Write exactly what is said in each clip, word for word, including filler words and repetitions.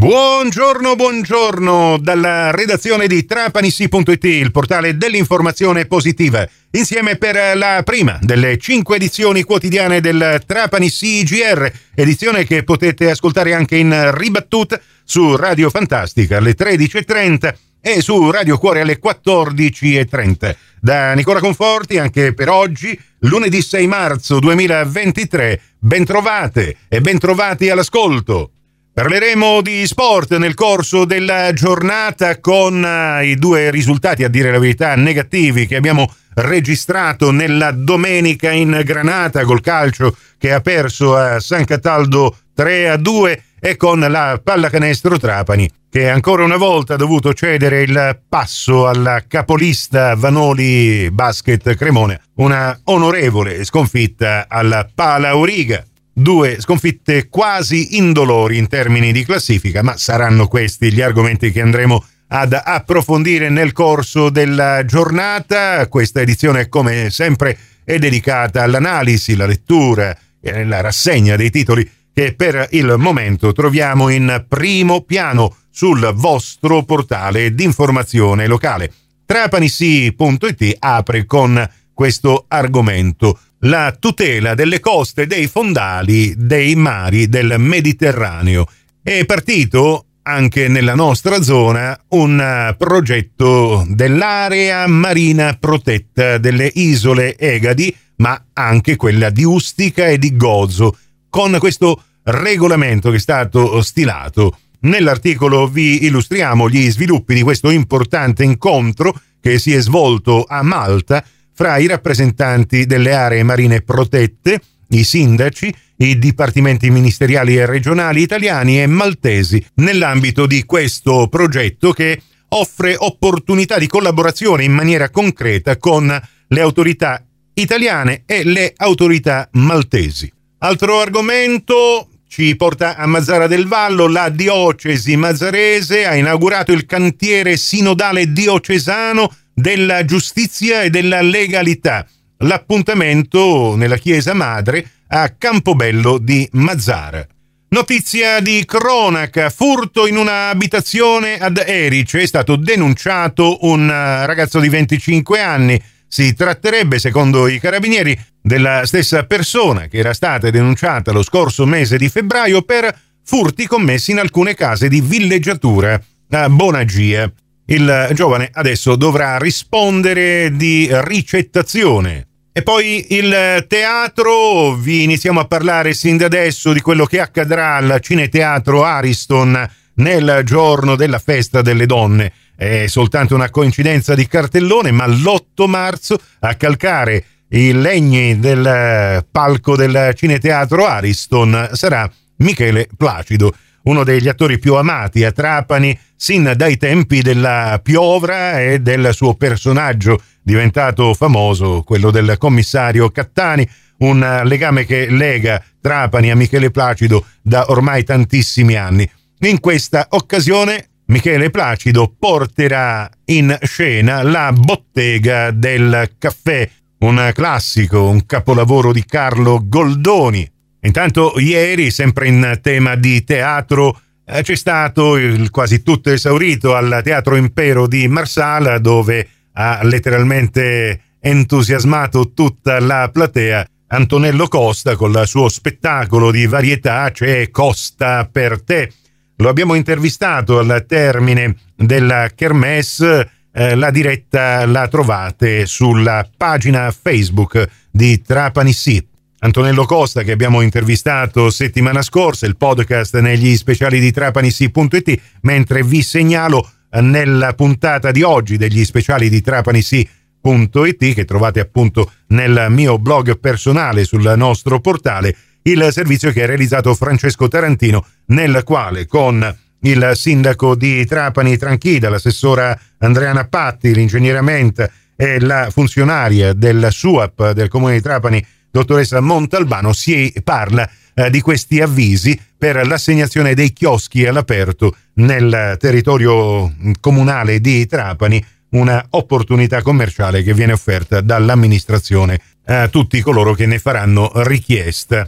Buongiorno, buongiorno dalla redazione di Trapanissi punto it, il portale dell'informazione positiva, insieme per la prima delle cinque edizioni quotidiane del Trapanissi G R, edizione che potete ascoltare anche in ribattuta su Radio Fantastica alle tredici e trenta e su Radio Cuore alle quattordici e trenta. Da Nicola Conforti anche per oggi, lunedì sei marzo duemilaventitré, bentrovate e bentrovati all'ascolto. Parleremo di sport nel corso della giornata con uh, i due risultati, a dire la verità, negativi che abbiamo registrato nella domenica in Granata col calcio che ha perso a San Cataldo tre a due e con la pallacanestro Trapani che ancora una volta ha dovuto cedere il passo alla capolista Vanoli Basket Cremona, una onorevole sconfitta alla Pala Auriga. Due sconfitte quasi indolori in termini di classifica, ma saranno questi gli argomenti che andremo ad approfondire nel corso della giornata. Questa edizione, come sempre, è dedicata all'analisi, la lettura e la rassegna dei titoli che per il momento troviamo in primo piano sul vostro portale di informazione locale. Trapanissi punto it apre con questo argomento: la tutela delle coste, dei fondali, dei mari del Mediterraneo. È partito anche nella nostra zona un progetto dell'area marina protetta delle isole Egadi, ma anche quella di Ustica e di Gozo, con questo regolamento che è stato stilato. Nell'articolo vi illustriamo gli sviluppi di questo importante incontro che si è svolto a Malta fra i rappresentanti delle aree marine protette, i sindaci, i dipartimenti ministeriali e regionali italiani e maltesi, nell'ambito di questo progetto che offre opportunità di collaborazione in maniera concreta con le autorità italiane e le autorità maltesi. Altro argomento ci porta a Mazara del Vallo. La diocesi mazzarese ha inaugurato il cantiere sinodale diocesano della giustizia e della legalità. L'appuntamento nella chiesa madre a Campobello di Mazara. Notizia di cronaca: furto in una abitazione ad Erice. È stato denunciato un ragazzo di venticinque anni. Si tratterebbe, secondo i carabinieri, della stessa persona che era stata denunciata lo scorso mese di febbraio per furti commessi in alcune case di villeggiatura a Bonagia. Il giovane adesso dovrà rispondere di ricettazione. E poi il teatro, vi iniziamo a parlare sin da adesso di quello che accadrà al Cineteatro Ariston nel giorno della festa delle donne. È soltanto una coincidenza di cartellone, ma l'otto marzo a calcare i legni del palco del Cineteatro Ariston sarà Michele Placido, uno degli attori più amati a Trapani sin dai tempi della Piovra e del suo personaggio diventato famoso, quello del commissario Cattani, un legame che lega Trapani a Michele Placido da ormai tantissimi anni. In questa occasione Michele Placido porterà in scena La bottega del caffè, un classico, un capolavoro di Carlo Goldoni. Intanto ieri, sempre in tema di teatro, eh, c'è stato il quasi tutto esaurito al Teatro Impero di Marsala, dove ha letteralmente entusiasmato tutta la platea Antonello Costa con il suo spettacolo di varietà C'è Costa per te. Lo abbiamo intervistato al termine della Kermesse. Eh, la diretta la trovate sulla pagina Facebook di Trapanissi. Antonello Costa, che abbiamo intervistato settimana scorsa, il podcast negli speciali di Trapanissi punto it, mentre vi segnalo nella puntata di oggi degli speciali di Trapanissi punto it, che trovate appunto nel mio blog personale sul nostro portale, il servizio che ha realizzato Francesco Tarantino, nel quale con il sindaco di Trapani Tranchida, l'assessora Andreana Patti, l'ingegnere Menta e la funzionaria del S U A P del comune di Trapani, dottoressa Montalbano, si parla eh, di questi avvisi per l'assegnazione dei chioschi all'aperto nel territorio comunale di Trapani, una opportunità commerciale che viene offerta dall'amministrazione a tutti coloro che ne faranno richiesta.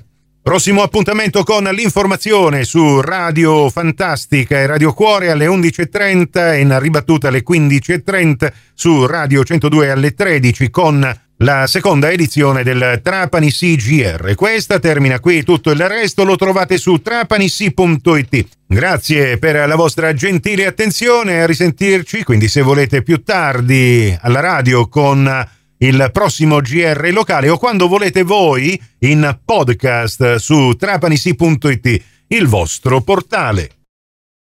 Prossimo appuntamento con l'informazione su Radio Fantastica e Radio Cuore alle undici e trenta e in ribattuta alle quindici e trenta su Radio centodue alle tredici con la seconda edizione del Trapani C G R. Questa termina qui, tutto il resto lo trovate su trapanissi punto it. Grazie per la vostra gentile attenzione, a risentirci, quindi se volete più tardi alla radio con il prossimo G R locale o quando volete voi in podcast su trapanissi punto it, il vostro portale.